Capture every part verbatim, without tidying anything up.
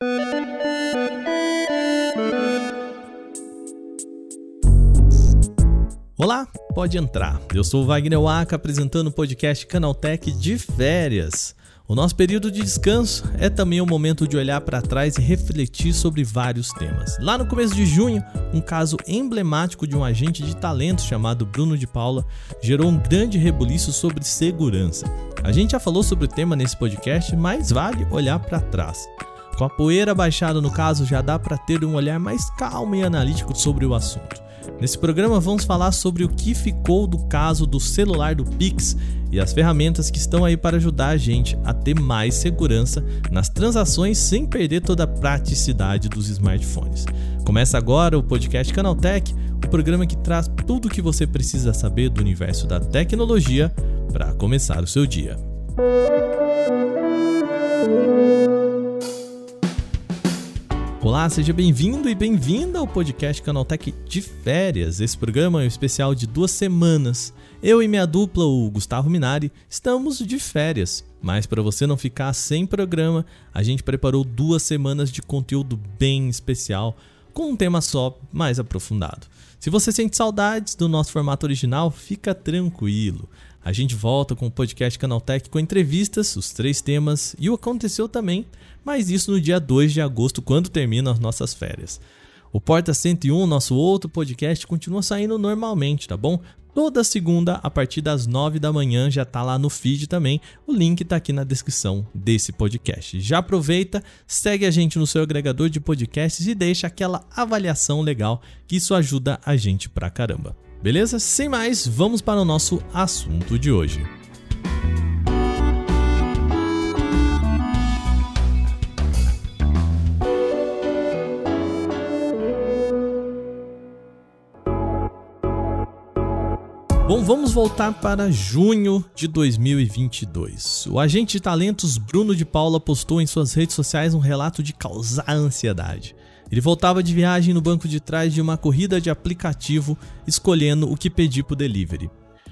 Olá, pode entrar. Eu sou o Wagner Waka, apresentando o podcast Canaltech de férias. O nosso período de descanso é também o momento de olhar para trás e refletir sobre vários temas. Lá no começo de junho, um caso emblemático de um agente de talentos chamado Bruno de Paula gerou um grande rebuliço sobre segurança. A gente já falou sobre o tema nesse podcast, mas vale olhar para trás. Com a poeira baixada no caso, já dá para ter um olhar mais calmo e analítico sobre o assunto. Nesse programa vamos falar sobre o que ficou do caso do celular do Pix e as ferramentas que estão aí para ajudar a gente a ter mais segurança nas transações sem perder toda a praticidade dos smartphones. Começa agora o podcast Canaltech, o programa que traz tudo o que você precisa saber do universo da tecnologia para começar o seu dia. Olá, seja bem-vindo e bem-vinda ao podcast Canaltech de férias. Esse programa é um especial de duas semanas. Eu e minha dupla, o Gustavo Minari, estamos de férias. Mas para você não ficar sem programa, a gente preparou duas semanas de conteúdo bem especial, com um tema só mais aprofundado. Se você sente saudades do nosso formato original, fica tranquilo. A gente volta com o podcast Canaltech com entrevistas, os três temas e o Aconteceu Também, mas isso no dia dois de agosto, quando terminam as nossas férias. O Porta cento e um, nosso outro podcast, continua saindo normalmente, tá bom? Toda segunda, a partir das nove da manhã, já tá lá no feed também. O link tá aqui na descrição desse podcast. Já aproveita, segue a gente no seu agregador de podcasts e deixa aquela avaliação legal, que isso ajuda a gente pra caramba. Beleza? Sem mais, vamos para o nosso assunto de hoje. Bom, vamos voltar para junho de dois mil e vinte e dois. O agente de talentos Bruno de Paula postou em suas redes sociais um relato de causar ansiedade. Ele voltava de viagem no banco de trás de uma corrida de aplicativo, escolhendo o que pedir para o delivery.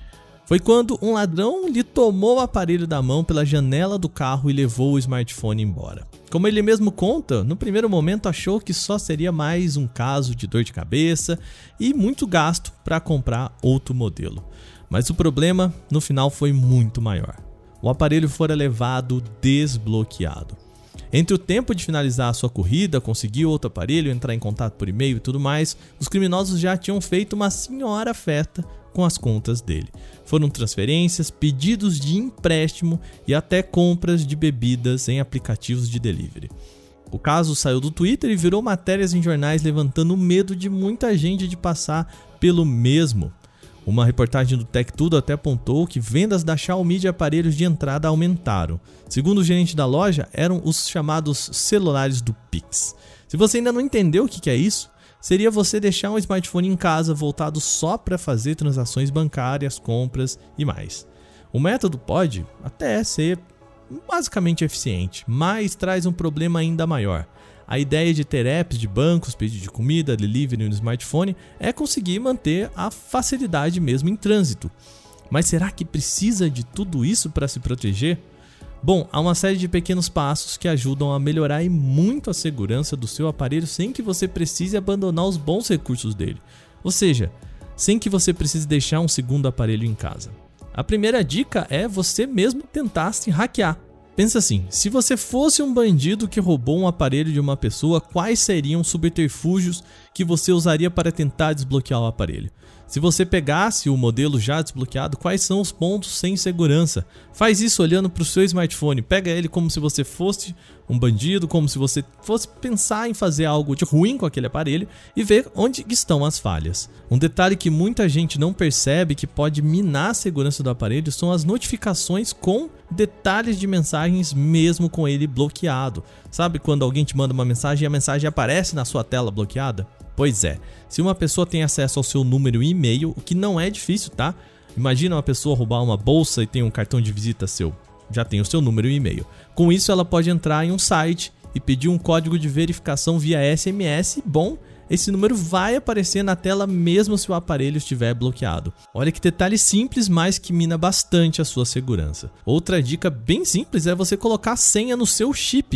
Foi quando um ladrão lhe tomou o aparelho da mão pela janela do carro e levou o smartphone embora. Como ele mesmo conta, no primeiro momento achou que só seria mais um caso de dor de cabeça e muito gasto para comprar outro modelo. Mas o problema, no final, foi muito maior. O aparelho fora levado desbloqueado. Entre o tempo de finalizar a sua corrida, conseguir outro aparelho, entrar em contato por e-mail e tudo mais, os criminosos já tinham feito uma senhora festa com as contas dele. Foram transferências, pedidos de empréstimo e até compras de bebidas em aplicativos de delivery. O caso saiu do Twitter e virou matérias em jornais, levantando o medo de muita gente de passar pelo mesmo. Uma reportagem do Tech Tudo até apontou que vendas da Xiaomi de aparelhos de entrada aumentaram. Segundo o gerente da loja, eram os chamados celulares do Pix. Se você ainda não entendeu o que é isso, seria você deixar um smartphone em casa voltado só para fazer transações bancárias, compras e mais. O método pode até ser basicamente eficiente, mas traz um problema ainda maior. A ideia de ter apps de bancos, pedido de comida, delivery no smartphone é conseguir manter a facilidade mesmo em trânsito. Mas será que precisa de tudo isso para se proteger? Bom, há uma série de pequenos passos que ajudam a melhorar e muito a segurança do seu aparelho sem que você precise abandonar os bons recursos dele. Ou seja, sem que você precise deixar um segundo aparelho em casa. A primeira dica é você mesmo tentar se hackear. Pensa assim, se você fosse um bandido que roubou um aparelho de uma pessoa, quais seriam os subterfúgios que você usaria para tentar desbloquear o aparelho? Se você pegasse o modelo já desbloqueado, quais são os pontos sem segurança? Faz isso olhando para o seu smartphone, pega ele como se você fosse um bandido, como se você fosse pensar em fazer algo de ruim com aquele aparelho e ver onde estão as falhas. Um detalhe que muita gente não percebe que pode minar a segurança do aparelho são as notificações com detalhes de mensagens mesmo com ele bloqueado. Sabe quando alguém te manda uma mensagem e a mensagem aparece na sua tela bloqueada? Pois é, se uma pessoa tem acesso ao seu número e e-mail, o que não é difícil, tá? Imagina uma pessoa roubar uma bolsa e tem um cartão de visita seu. Já tem o seu número e e-mail. Com isso, ela pode entrar em um site e pedir um código de verificação via S M S. Bom, esse número vai aparecer na tela mesmo se o aparelho estiver bloqueado. Olha que detalhe simples, mas que mina bastante a sua segurança. Outra dica bem simples é você colocar a senha no seu chip.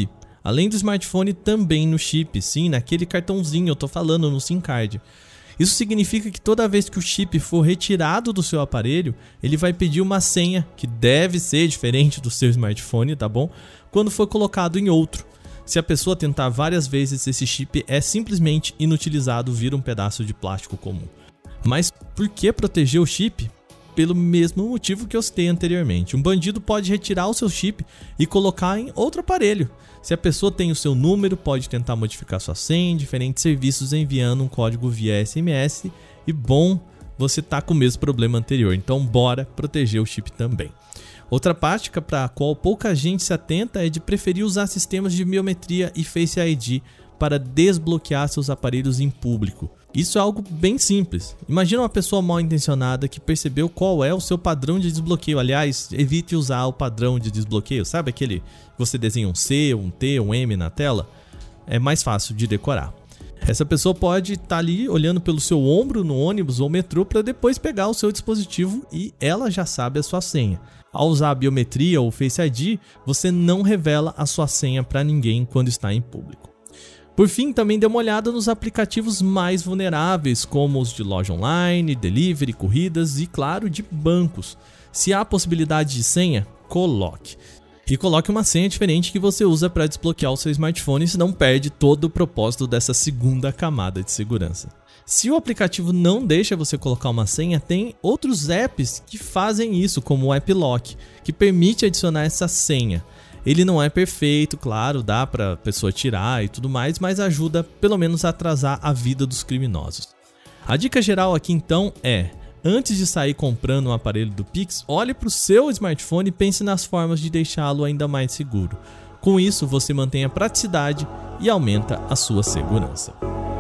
Além do smartphone, também no chip, sim, naquele cartãozinho, eu tô falando no SIM card. Isso significa que toda vez que o chip for retirado do seu aparelho, ele vai pedir uma senha, que deve ser diferente do seu smartphone, tá bom? Quando for colocado em outro. Se a pessoa tentar várias vezes, esse chip é simplesmente inutilizado, vira um pedaço de plástico comum. Mas por que proteger o chip? Pelo mesmo motivo que eu citei anteriormente. Um bandido pode retirar o seu chip e colocar em outro aparelho. Se a pessoa tem o seu número, pode tentar modificar sua senha em diferentes serviços enviando um código via S M S. E bom, você tá com o mesmo problema anterior, então bora proteger o chip também. Outra prática para a qual pouca gente se atenta é de preferir usar sistemas de biometria e Face I D para desbloquear seus aparelhos em público. Isso é algo bem simples. Imagina uma pessoa mal intencionada que percebeu qual é o seu padrão de desbloqueio. Aliás, evite usar o padrão de desbloqueio. Sabe aquele que você desenha um C, um T, um M na tela? É mais fácil de decorar. Essa pessoa pode estar ali olhando pelo seu ombro no ônibus ou metrô para depois pegar o seu dispositivo e ela já sabe a sua senha. Ao usar a biometria ou Face I D, você não revela a sua senha para ninguém quando está em público. Por fim, também dê uma olhada nos aplicativos mais vulneráveis, como os de loja online, delivery, corridas e, claro, de bancos. Se há possibilidade de senha, coloque. E coloque uma senha diferente que você usa para desbloquear o seu smartphone, senão perde todo o propósito dessa segunda camada de segurança. Se o aplicativo não deixa você colocar uma senha, tem outros apps que fazem isso, como o App Lock, que permite adicionar essa senha. Ele não é perfeito, claro, dá para a pessoa tirar e tudo mais, mas ajuda pelo menos a atrasar a vida dos criminosos. A dica geral aqui então é: antes de sair comprando um aparelho do Pix, olhe para o seu smartphone e pense nas formas de deixá-lo ainda mais seguro. Com isso, você mantém a praticidade e aumenta a sua segurança.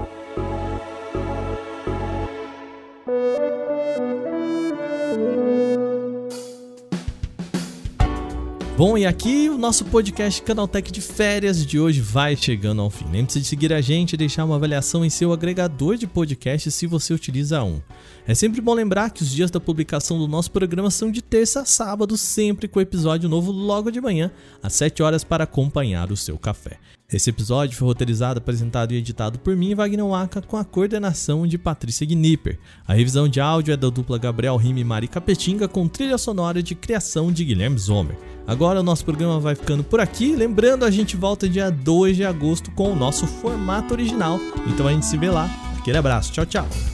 Bom, e aqui o nosso podcast Canaltech de férias de hoje vai chegando ao fim. Lembre-se de seguir a gente e deixar uma avaliação em seu agregador de podcast se você utiliza um. É sempre bom lembrar que os dias da publicação do nosso programa são de terça a sábado, sempre com episódio novo logo de manhã, às sete horas, para acompanhar o seu café. Esse episódio foi roteirizado, apresentado e editado por mim, Wagner Waka, com a coordenação de Patrícia Gnipper. A revisão de áudio é da dupla Gabriel Rime e Mari Capetinga, com trilha sonora de criação de Guilherme Zomer. Agora o nosso programa vai ficando por aqui. Lembrando, a gente volta dia dois de agosto com o nosso formato original. Então a gente se vê lá. Aquele abraço. Tchau, tchau.